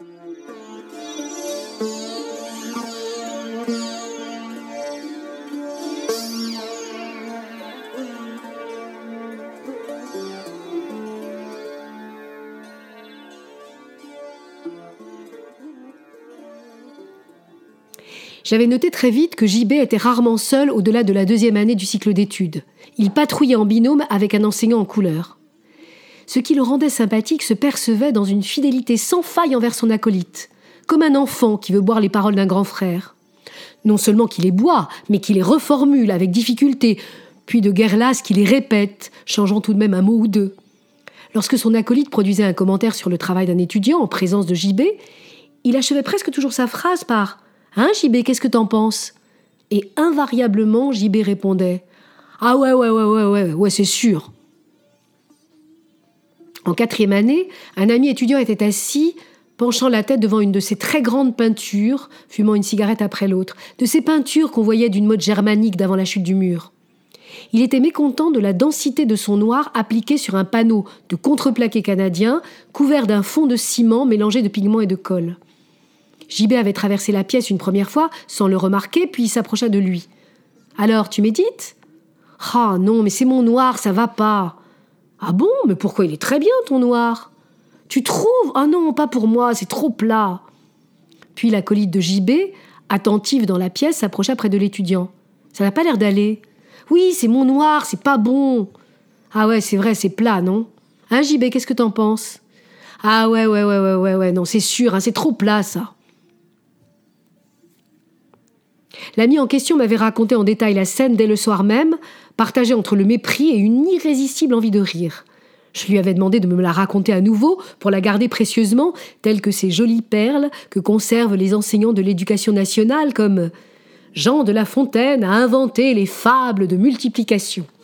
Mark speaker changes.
Speaker 1: J'avais noté très vite que JB était rarement seul au-delà de la 2e année du cycle d'études. Il patrouillait en binôme avec un enseignant en couleur. Ce qui le rendait sympathique se percevait dans une fidélité sans faille envers son acolyte, comme un enfant qui veut boire les paroles d'un grand frère. Non seulement qu'il les boit, mais qu'il les reformule avec difficulté, puis de guerre lasse qu'il les répète, changeant tout de même un mot ou deux. Lorsque son acolyte produisait un commentaire sur le travail d'un étudiant en présence de JB, il achevait presque toujours sa phrase par « Hein, JB, qu'est-ce que t'en penses ?» Et invariablement, JB répondait « Ah ouais, c'est sûr. » En 4e année, un ami étudiant était assis, penchant la tête devant une de ces très grandes peintures, fumant une cigarette après l'autre, de ces peintures qu'on voyait d'une mode germanique d'avant la chute du mur. Il était mécontent de la densité de son noir appliqué sur un panneau de contreplaqué canadien, couvert d'un fond de ciment mélangé de pigments et de colle. JB avait traversé la pièce une première fois, sans le remarquer, puis il s'approcha de lui. « Alors, tu médites ?»« Ah non, mais c'est mon noir, ça va pas. »« Ah bon, mais pourquoi il est très bien, ton noir ?»« Tu trouves ? Ah non, pas pour moi, c'est trop plat. » Puis l'acolyte de JB, attentive dans la pièce, s'approcha près de l'étudiant. « Ça n'a pas l'air d'aller. »« Oui, c'est mon noir, c'est pas bon. »« Ah ouais, c'est vrai, c'est plat, non ? Hein, JB, qu'est-ce que t'en penses ? »« Ah ouais, non, c'est sûr, hein, c'est trop plat, ça. » L'ami en question m'avait raconté en détail la scène dès le soir même, partagée entre le mépris et une irrésistible envie de rire. Je lui avais demandé de me la raconter à nouveau pour la garder précieusement, telle que ces jolies perles que conservent les enseignants de l'éducation nationale, comme Jean de La Fontaine a inventé les fables de multiplication.